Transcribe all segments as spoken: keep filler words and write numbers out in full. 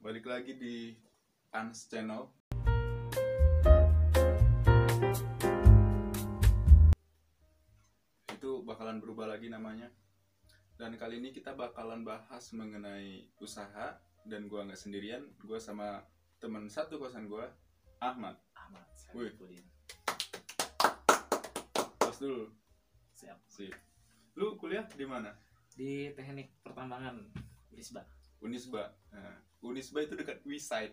balik lagi di Ans Channel. Itu bakalan berubah lagi namanya. Dan kali ini kita bakalan bahas mengenai usaha. Dan gua nggak sendirian, gua sama teman satu kosan gua, Ahmad. Ahmad, Wih. Saifuddin. Tos dulu. Siap. Sip. Lu kuliah di mana? Di teknik pertambangan Unisba. Unisba. Nah, Unisba itu dekat Wisite.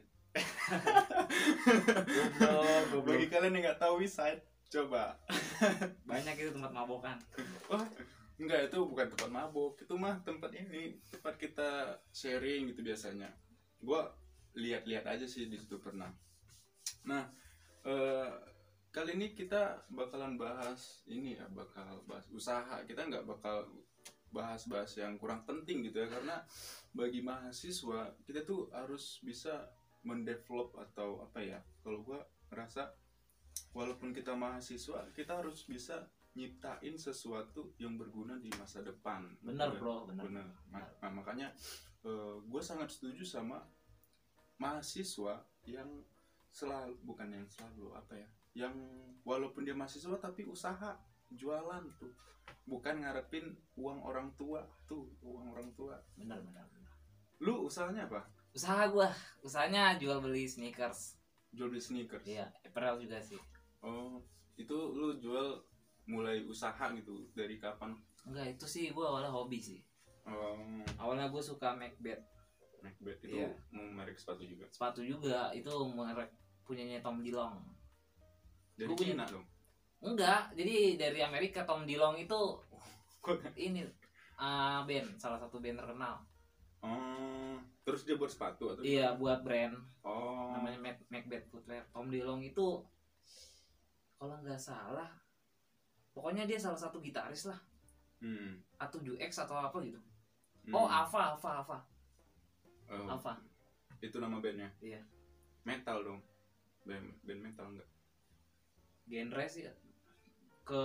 Goblok, Bagi goblok. kalian yang nggak tahu Wisite, coba. Banyak itu tempat mabokan. Wah, enggak, itu bukan tempat mabuk, itu mah tempat ini, tempat kita sharing gitu biasanya. Gua lihat-lihat aja sih di situ pernah. Nah, eh, kali ini kita bakalan bahas ini ya, bakal bahas usaha. Kita nggak bakal bahas-bahas yang kurang penting gitu ya, karena bagi mahasiswa kita tuh harus bisa mendevelop atau apa ya, kalau gua ngerasa walaupun kita mahasiswa kita harus bisa nyiptain sesuatu yang berguna di masa depan. Bener Bener, bro, bener. bener. Ma- Nah, makanya gue sangat setuju sama mahasiswa yang selalu, bukan yang selalu apa ya, yang walaupun dia mahasiswa tapi usaha jualan tuh, bukan ngarepin uang orang tua tuh, uang orang tua. Bener, bener, bener. Lu usahanya apa? Usaha gua, usahanya jual beli sneakers. Jual beli sneakers. Iya, apparel juga sih. Oh, itu lu jual mulai usaha gitu dari kapan? Enggak, itu sih gua awalnya hobi sih. Oh, Awalnya gua suka Macbeth, Macbeth itu Iya. mau merek sepatu juga. sepatu juga, itu merek punyanya Tom Dillon. Dari Gua punya- Cina dong. Enggak, jadi dari Amerika. Tom Dillon itu Kok- ini uh, band, salah satu band terkenal. Oh, terus dia buat sepatu atau? Iya, buat brand Oh, namanya Mac- Macbeth Footwear. Tom Dillon itu kalau nggak salah, pokoknya dia salah satu gitaris lah, hmm. A tujuh X atau apa gitu. hmm. Oh, Alpha, Alpha, Alpha, Oh, Alpha. itu nama bandnya. Iya. Metal dong. Band, band metal enggak? Genre sih ke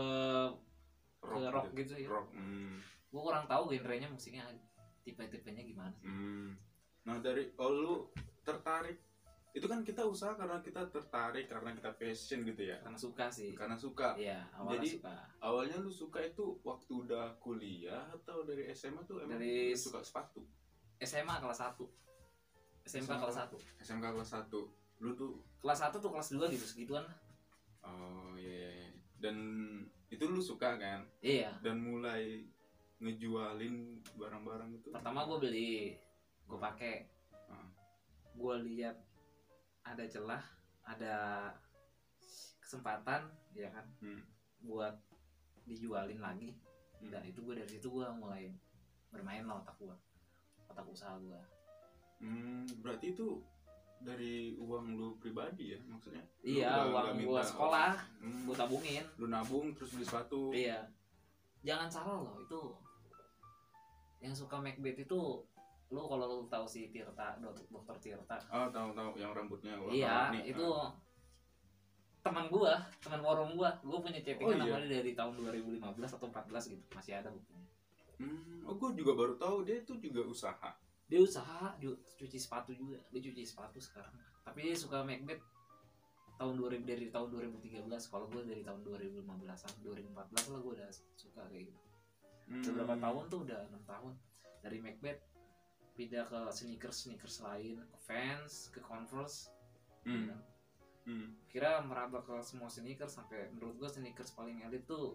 ke rock gitu ya. Rock. Hmm. Gue kurang tahu genrenya musiknya tipe-tipenya gimana sih. Hmm. Nah, dari oh lu tertarik, itu kan kita usaha karena kita tertarik, karena kita passion gitu ya, Karena suka sih. karena suka. Iya, awalnya Jadi, suka. Awalnya lu suka itu waktu udah kuliah atau dari S M A tuh emang Dari lu suka sepatu? S M A kelas satu. S M K kelas satu. S M K kelas satu. Lu tuh Kelas satu tuh kelas dua gitu, segituan lah. oh iya, iya, iya. Dan itu lu suka kan? Iya. Dan mulai ngejualin barang-barang itu. Pertama gue beli, gue pakai, Ah. gue lihat ada celah, ada kesempatan, ya kan, Hmm. buat dijualin lagi. Hmm. Dan itu gue dari situ gue mulai bermain lah otak gue, otak usaha gue. Hmm, berarti itu dari uang lu pribadi ya, maksudnya? Lu Iya, nggak- uang nggak gue minta sekolah, orang. Hmm. gue tabungin. Lu nabung terus beli sepatu. Iya, jangan salah loh, itu yang suka Macbeth itu, lu kalau lu tahu si Tirta, dok- dokter Tirta. Oh, tahu-tahu yang rambutnya warna Iya, warni. itu Ah. teman gua, teman forum gua. Gua punya chattingan Oh, iya? sama dia dari tahun dua ribu lima belas atau empat belas gitu. Masih ada bukunya. Hmm, oh gue juga baru tahu dia itu juga usaha. Dia usaha ju- cuci sepatu juga. Dia cuci sepatu sekarang. Tapi dia suka Macbeth tahun dua ribu, dari tahun dua ribu tiga belas. Kalau gua dari tahun dua ribu lima belasan, dua ribu empat belas lah gua udah suka kayak gitu. Hmm. Beberapa tahun tuh udah enam tahun. Dari Macbeth pindah ke sneakers sneakers lain, ke Vans, ke Converse. Hmm. Hmm. Kira meraba ke semua sneakers, sampai menurut gua sneakers paling elit tuh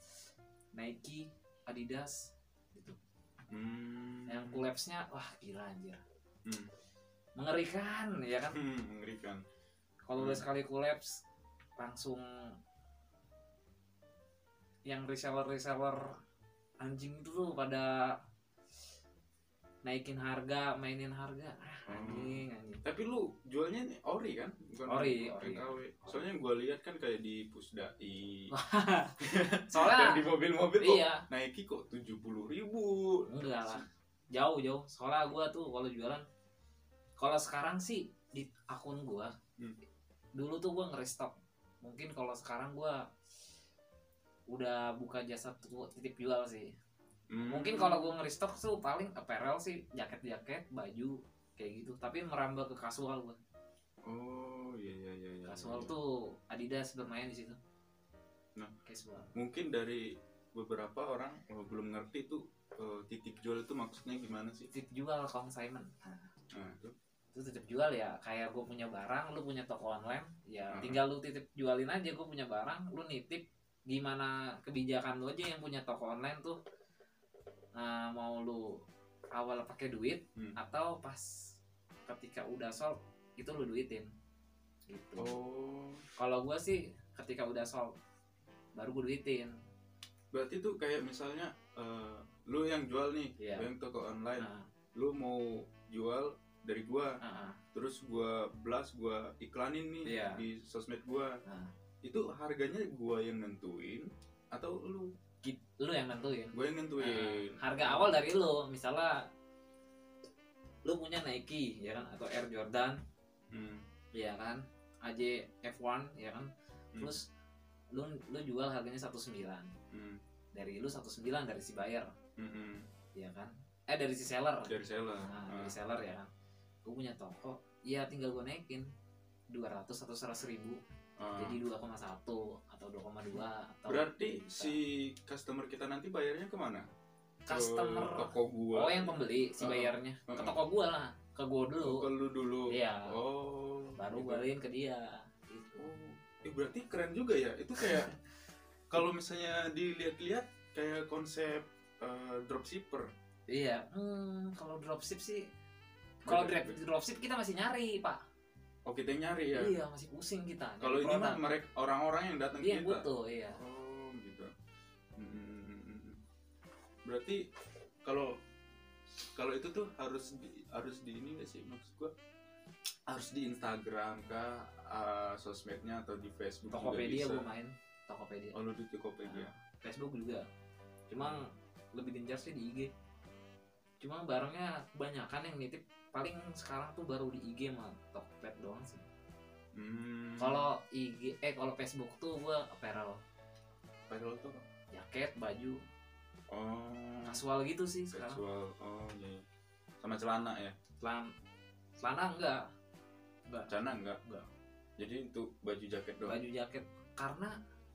Nike, Adidas gitu. Hmm. Yang collabsnya wah gila anjir, Hmm. mengerikan ya kan. Hmm, mengerikan. Kalau Hmm. udah sekali collabs langsung yang reseller reseller anjing itu tuh pada naikin harga, mainin harga. Ah, anjing anjing. Tapi lu jualnya nih ori kan? Bukan Ori, N ori. K W. Soalnya gue lihat kan kayak di Pusdai. Soalnya Dan di mobil-mobil kok iya, Nike kok tujuh puluh ribu. enggak lah, jauh jauh. Soalnya gua tuh kalau jualan, kalau sekarang sih di akun gua, Hmm. dulu tuh gua nge-restock. Mungkin kalau sekarang gua udah buka jasa tuh titip jual sih. Hmm. Mungkin kalau gua nge-restock tuh paling apparel sih, jaket-jaket, baju, kayak gitu. Tapi merambah ke kasual gua. Oh iya iya iya. iya Kasual iya. tuh Adidas bermain di situ. Nah, Casual. mungkin dari beberapa orang oh, belum ngerti tuh uh, titip jual itu maksudnya gimana sih? Titip jual consignment. Nah, itu. Itu titip jual ya kayak gue punya barang, lu punya toko online, ya Uh-huh. tinggal lu titip jualin aja. Gue punya barang, lu nitip. Gimana kebijakan lu aja yang punya toko online tuh, nah, mau lu awal pakai duit Hmm. atau pas ketika udah sold itu lu duitin gitu. Oh, Kalau gue sih ketika udah sold baru gue duitin. berarti tuh kayak misalnya uh, lu yang jual nih, Iya. lu yang toko online, Nah, lu mau jual dari gua, uh-uh. terus gua blast, gua iklanin nih Iya. di sosmed gua. Nah, Itu harganya gua yang nentuin atau lu? Git- lu yang nentuin. Gua yang nentuin. Nah, harga awal dari lu, misalnya lu punya Nike ya kan atau Air Jordan Hmm. ya kan, A J F satu ya kan, Hmm. terus lu lu jual harganya satu koma sembilan. Hmm. Dari lu satu koma sembilan dari si buyer Hmm. ya kan, eh dari si seller. Dari seller. Nah, Ah. dari seller ya kan, gue punya toko, ya tinggal gue naikin dua ratus atau seratus ribu Ah. jadi dua koma satu atau dua koma dua atau Berarti gitu. si customer kita nanti bayarnya kemana? Customer, Ke toko gua. oh yang pembeli si Uh-uh. bayarnya ke Uh-uh. toko gua lah, ke gua dulu, Oh, ke lu dulu. Iya. Oh. baru gitu. balikin ke dia gitu. Oh, eh, berarti keren juga ya. Itu kayak kalau misalnya dilihat-lihat kayak konsep uh, dropshipper. Iya, hmm, kalau dropship sih, kalau Beda, drop beda. dropship kita masih nyari pak. Oh, kita yang nyari ya. Iya, masih pusing kita. Kalau nyari ini mah produk. mereka orang-orang yang datang Iya ke kita. butuh, iya. Oh, gitu. Hmm. Berarti kalau kalau itu tuh harus di, harus di ini nggak sih, maksud gua harus di Instagram kah, uh, sosmednya atau di Facebook juga Tokopedia bisa. gue main, Tokopedia. Oh, lu di Tokopedia. Nah, Facebook juga. Cuma lebih gencar sih di I G. Cuma barangnya kebanyakan yang nitip paling sekarang tuh baru di I G sama Tokped doang sih. Hmm. Kalau I G eh kalau Facebook tuh gue apparel, Padahal tuh jaket, baju, oh, kasual gitu sih sekarang. seksual. Oh, iya. iya. Sama celana ya. Celana, celana enggak, Celana enggak? Enggak. Jadi untuk baju jaket doang. baju jaket karena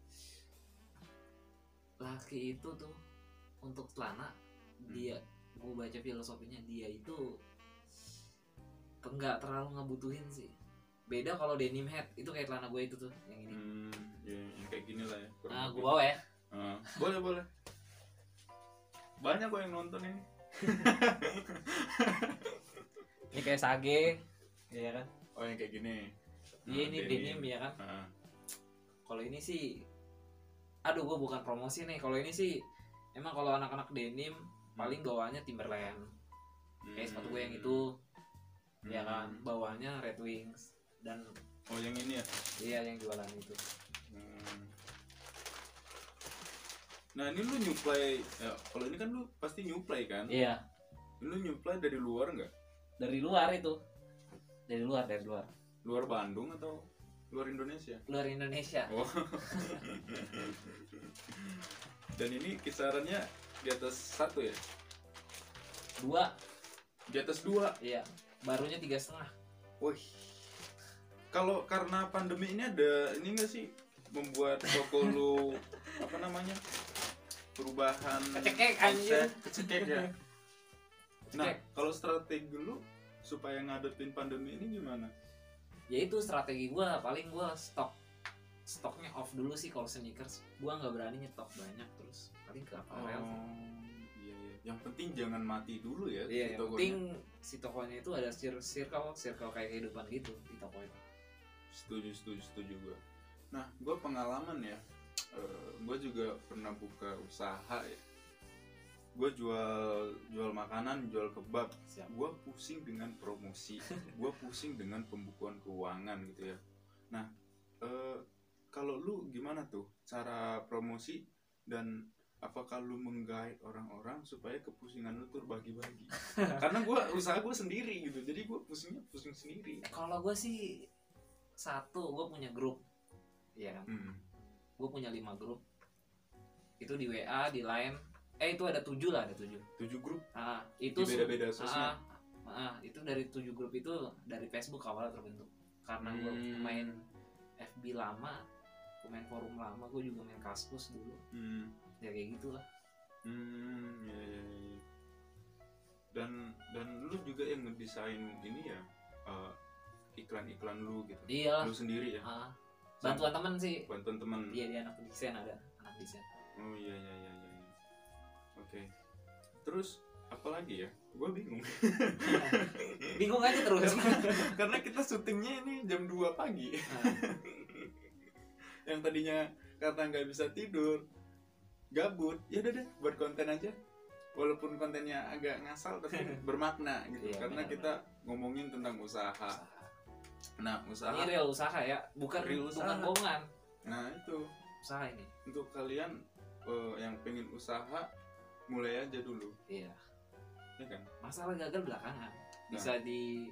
laki itu tuh untuk celana dia, gue baca filosofinya dia itu enggak terlalu ngebutuhin sih. Beda kalau denim head itu kayak celana gue itu tuh yang ini. Hmm, ya, yang kayak gini lah ya. kurang Nah, lebih. gue bawa ya. Ah, boleh boleh. Banyak kok yang nonton ini. Ini kayak sage, ya kan? Oh, yang kayak gini. Iya Ah, ini denim ya kan. Ah, Kalau ini sih, aduh gue bukan promosi nih. Kalau ini sih, emang kalau anak-anak denim paling bawahnya Timberland. Kayak sepatu gue yang itu, hmm. ya kan? Bawahnya Red Wings dan Oh, yang ini ya. iya yang jualan itu. Hmm. Nah, ini lu nyuplai. Ya, kalau ini kan lu pasti nyuplai kan? Iya, Lu nyuplai dari luar nggak? dari luar itu. Dari luar, dari luar. Luar Bandung atau luar Indonesia? Luar Indonesia. Oh. Dan ini kisarannya di atas satu ya? Dua, Di atas dua. iya. Barunya tiga setengah. Wih. Kalau karena pandemi ini ada ini nggak sih membuat toko lu apa namanya perubahan Kecekek, konsep, anjir. kecekek ya. Nah, Kecekek. kalau strategi lu supaya ngadepin pandemi ini gimana? Ya itu strategi gue, paling gue stok stoknya off dulu sih kalau sneakers. Gue nggak berani nyetok banyak terus. Paling ke apparel. Oh, iya iya. Yang penting jangan mati dulu ya. Iya, di yang tokonya. penting si tokonya itu ada cir- circle, circle kayak kehidupan gitu di toko itu. Setuju, setuju, setuju gue. Nah, gue pengalaman ya, uh, gue juga pernah buka usaha ya. Gue jual jual makanan, jual kebab. Siap. Gue pusing dengan promosi, gue pusing dengan pembukuan keuangan gitu ya. Nah, uh, kalau lu gimana tuh cara promosi dan apakah lu menggait orang-orang supaya kepusingan lu tuh bagi-bagi? Karena gue usaha gue sendiri gitu, jadi gue pusingnya pusing sendiri. Kalau gue sih satu, gue punya grup, ya kan? Hmm. Gue punya lima grup. Itu di W A, di Line. Eh itu ada tujuh lah, ada tujuh. Tujuh grup Ah, itu di su- beda-beda sosmed. ah, Nah, itu dari tujuh grup itu dari Facebook awalnya terbentuk. Karena gue Hmm. main F B lama, gue main forum lama, gue juga main Kaskus dulu. Hmm. Ya kayak gitulah. Hmm, ya, ya, ya. Dan dan lu juga yang ngedesain ini ya, uh, iklan-iklan lu gitu. Iya. Lu sendiri ya. Ah, bantuan temen sih. Bantuan temen. Iya, dia anak desain, ada anak desain. Oh iya iya iya iya. iya. Oke. Terus apa lagi ya? Gue bingung. Bingung aja terus. Karena kita syutingnya ini jam dua pagi. Nah. Yang tadinya karena nggak bisa tidur, gabut, ya udah deh buat konten aja. Walaupun kontennya agak ngasal tapi bermakna gitu. Iya, Karena benar, kita ngomongin tentang usaha. Usaha. Nah, usaha. Ini real usaha ya, bukan Real bukan usaha. bohongan. Nah, itu Usaha ini. untuk kalian uh, yang pengen usaha, mulai aja dulu, Iya. ya kan? Masalah gagal belakangan. Bisa di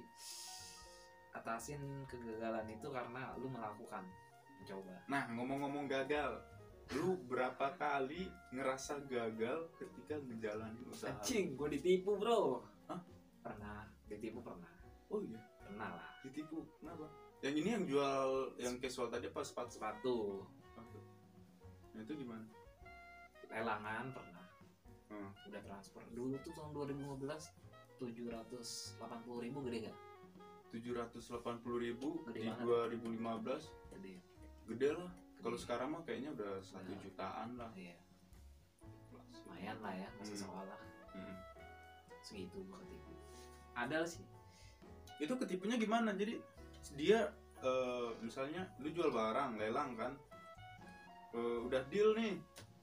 atasin kegagalan itu karena lu melakukan, mencoba. Nah, ngomong-ngomong gagal, lu berapa kali ngerasa gagal ketika ngejalanin usaha? Anjing, gue ditipu bro. Hah? Pernah, ditipu pernah. Oh iya, Pernah lah. ditipu. Kenapa? Yang ini yang jual yang casual tadi apa sepatu? Sepatu, Sepatu. Nah, itu gimana? lelangan pernah. Hmm. Udah transfer. Dulu tuh tahun dua ribu lima belas tujuh ratus delapan puluh ribu gede gak? tujuh ratus delapan puluh ribu Gede di banget. dua ribu lima belas, Gede. gede lah. Kalau Gede. sekarang mah kayaknya udah satu Nah. jutaan lah. Iya, lumayan lah ya, masih Hmm. sekolah. Hmm. Segitu gue ketipu. Ada sih. Itu ketipunya gimana? Jadi dia eh, misalnya lu jual barang lelang kan, Eh, udah deal nih,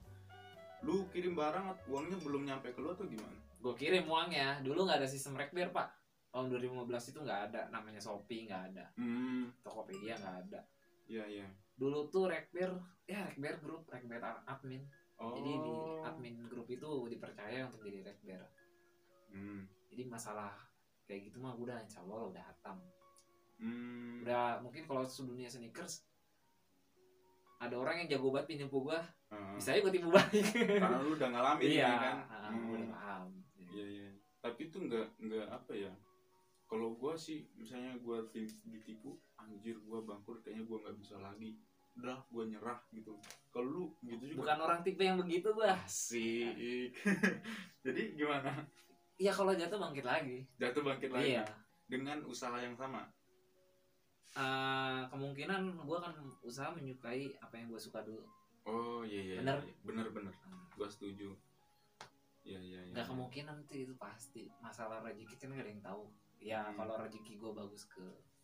lu kirim barang uangnya belum nyampe ke lu atau gimana? Gue kirim uangnya. Dulu nggak ada sistem rekber pak. Tahun dua ribu lima belas itu nggak ada, namanya Shopee nggak ada, Hmm, Tokopedia nggak ada. iya iya. Dulu tuh rekber, ya rekber grup, rekber admin. Oh. Jadi di admin grup itu dipercaya untuk jadi rekber. Hmm. Jadi masalah kayak gitu mah udah insya Allah udah hatam. Hmm. Udah mungkin kalau sedunia sneakers ada orang yang jago banget pinjam gua, Ah. bisa aja gua tipu balik. Karena lu udah ngalamin Iya, ya kan. ah, Hmm. gua udah paham. Iya iya. Tapi itu nggak nggak apa ya? Kalau gua sih misalnya gua di- ditipu, anjir gua bangkrut, kayaknya gua nggak bisa lagi. Udah gua nyerah gitu. Kalau lu gitu juga. Bukan orang tipe yang begitu gua. Asik. Jadi gimana? Iya kalau jatuh bangkit lagi. Jatuh bangkit lagi Iya. dengan usaha yang sama. Eh, kemungkinan gue akan usaha menyukai apa yang gue suka dulu. Oh iya iya. Bener. iya. Bener bener. Gua setuju. Iya iya iya. Nggak kemungkinan sih itu pasti. Masalah rezeki kan gak ada yang tahu. Ya Hmm. kalau rezeki gue bagus ke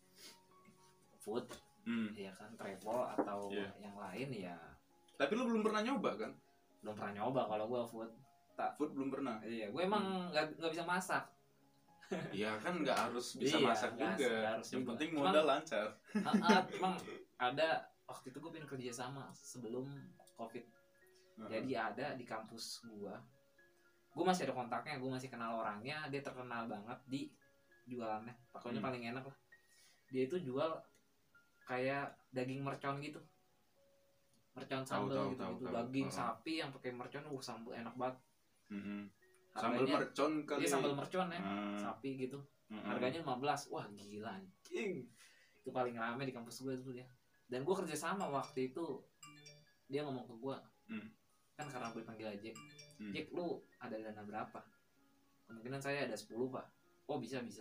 food, Hmm. ya kan travel atau Iya. yang lain ya Tapi lu belum pernah nyoba kan? belum pernah nyoba kalau gue food. Food belum pernah. Iya, gue emang nggak nggak bisa masak. Iya kan nggak harus bisa Iya, masak nggak- juga. nggak harus Yang juga. penting Cuman- modal lancar. Ah, ah, emang ada waktu itu gue pengen kerja sama sebelum covid. Jadi ada di kampus gua, gua masih ada kontaknya, gua masih kenal orangnya, dia terkenal banget di jualannya, pokoknya Hmm. paling enak lah. Dia itu jual kayak daging mercon gitu, mercon Tahu, sambal tahu, gitu, tahu, gitu. tahu. Daging Uh-huh. sapi yang pakai mercon, uh sambal enak banget. Mm-hmm. Sambal Harganya- mercon kali. Dia sambal mercon ya, Hmm. sapi gitu. Mm-mm. Harganya lima belas, wah gila anjing. Itu paling rame di kampus gua itu dia. Dan gua kerja sama waktu itu, dia ngomong ke gua, Hmm. kan karena gue panggil Jack, Hmm. Jack lu ada dana berapa? Kemungkinan saya ada sepuluh pak. Oh bisa bisa.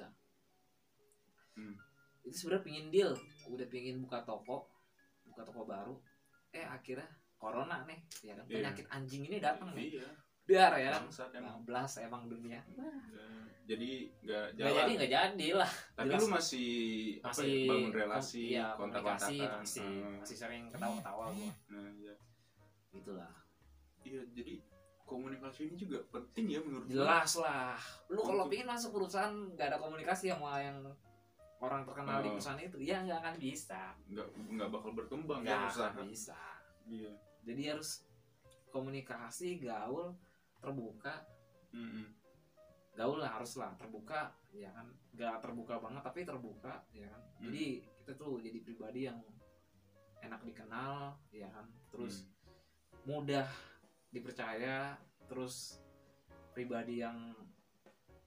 Hmm. Itu sebenarnya pingin deal, udah pingin buka toko, buka toko baru. Eh akhirnya corona nih, ya kan Iya. penyakit anjing ini datang nih. Iya. Dar ya kan. Bangsat emang. Bablas emang dunia. Eh, Jadi nggak Nggak jalan. jadi nggak jadi lah. Tapi jelas. lu masih, apa Masih ya, bangun relasi, iya, komunikasi kontak-kontakan. masih Hmm. masih sering ketawa-ketawa gua. Nah, iya. Gitulah. Iya, jadi komunikasi ini juga penting ya menurut gua. Jelas lah. Lu kalau Untuk- pingin masuk perusahaan nggak ada komunikasi sama yang orang terkenal di Oh. perusahaan itu, ya nggak akan bisa. Nggak nggak bakal berkembang Nggak ya usaha. akan bisa. Iya. Jadi harus komunikasi, gaul, terbuka. Mm-mm. Gaul lah harus lah terbuka, ya kan. Nggak terbuka banget tapi terbuka, ya kan. Hmm. Jadi kita tuh jadi pribadi yang enak dikenal, ya kan. Terus Hmm. mudah dipercaya, terus pribadi yang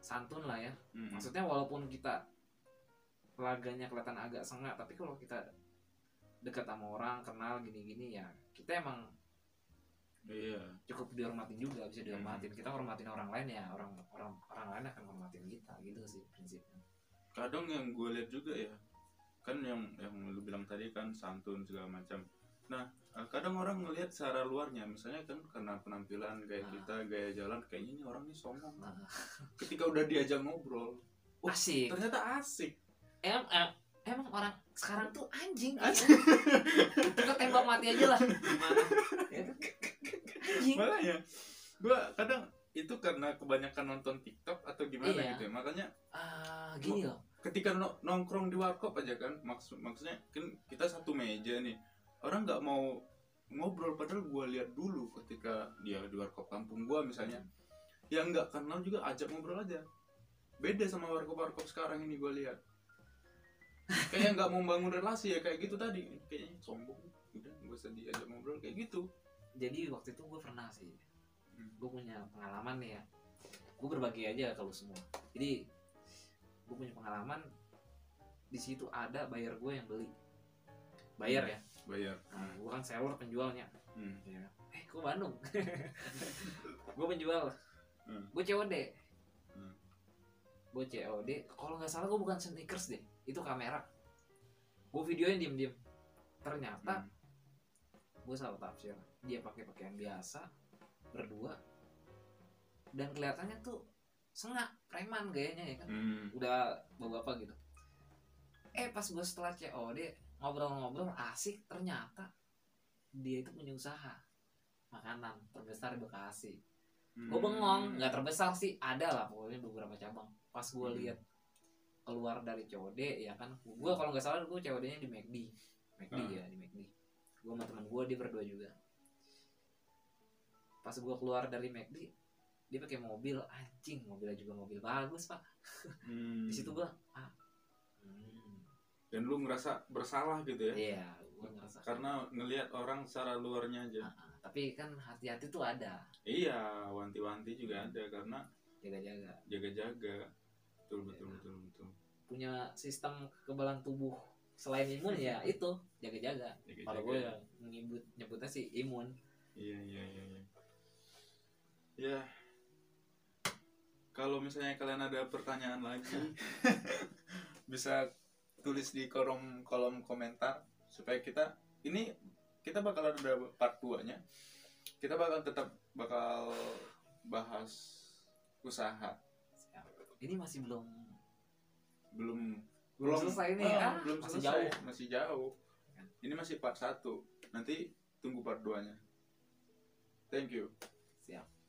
santun lah ya. Hmm. Maksudnya walaupun kita laganya kelihatan agak sengak, tapi kalau kita dekat sama orang, kenal gini-gini ya kita emang Iya. cukup dihormatin juga, bisa dihormatin. Kita hormatin orang lain ya orang orang orang lain akan hormatin kita, gitu sih prinsipnya. Kadang yang gue lihat juga ya, kan yang yang lu bilang tadi kan santun segala macam. Nah, kadang orang ngelihat secara luarnya, misalnya kan karena penampilan gaya Nah. kita, gaya jalan, kayaknya ini orang nih sombong. Nah, Ketika udah diajak ngobrol, oh, asik. ternyata asik. Em, em, emang orang sekarang tuh anjing. Kita tembak mati aja lah. Gimana? Ya kan? Anjing. Makanya gue kadang itu karena kebanyakan nonton TikTok atau gimana Iya. gitu ya. Makanya Ah, gini loh. ketika no- nongkrong di warkop aja kan, maksud maksudnya kan kita satu meja nih, orang nggak mau ngobrol, padahal gue lihat dulu ketika dia di warkop kampung gue misalnya, yang nggak kenal juga ajak ngobrol aja. Beda sama warkop-warkop sekarang ini gue lihat, kayak nggak mau bangun relasi ya, kayak gitu tadi, kayaknya sombong, udah nggak usah diajak ngobrol kayak gitu. Jadi waktu itu gue pernah sih, Hmm. gue punya pengalaman nih ya. Gue berbagi aja kalau semua. Jadi gue punya pengalaman di situ ada buyer gue yang beli, bayar ya. Bayar. Nah, gue kan seller penjualnya. Hmm. Ya. Eh, gue Bandung. Gue penjual. Hmm. Gue C O D. Hmm. Gue C O D. Kalau nggak salah gue bukan sneakers deh. Itu kamera. Gue videoin diem-diem. Ternyata Hmm. gue salah tafsir. Dia pakai pakaian biasa, berdua, dan kelihatannya tuh sengak, preman gayanya ya kan. Hmm. Udah bapak-bapak gitu. Eh pas gue setelah C O D ngobrol-ngobrol asik, ternyata dia itu punya usaha makanan terbesar di Bekasi. Gue bengong, nggak terbesar sih, ada lah pokoknya beberapa cabang. Pas gue Hmm. lihat keluar dari C O D ya kan, gue kalau nggak salah gue C O D-nya di McD, McD Hmm. ya di McD. Gue sama teman gue dia berdua juga. Pas gue keluar dari McD, dia pakai mobil, anjing mobilnya juga mobil bagus pak. Hmm. Di situ gue, ah, hmm, Dan lu ngerasa bersalah gitu ya, iya, gue ngerasa karena ngelihat orang secara luarnya aja. Ah, ah. Tapi kan hati-hati tuh ada, Iya, wanti-wanti juga ada karena jaga-jaga. jaga-jaga. Betul betul Iya. betul betul. Punya sistem kekebalan tubuh selain imun ya itu jaga-jaga. Jaga-jaga. Kalau gue nyebut nyebutnya sih imun. Iya iya iya. iya. Ya. Kalau misalnya kalian ada pertanyaan lagi, bisa tulis di kolom kolom komentar supaya kita ini kita bakal ada part dua-nya. Kita bakal tetap bakal bahas usaha. Ini masih belum Belum belum selesai nih oh, ah, belum masih selesai, jauh. masih jauh. Ini masih part satu. Nanti tunggu part dua-nya. Thank you. Siap.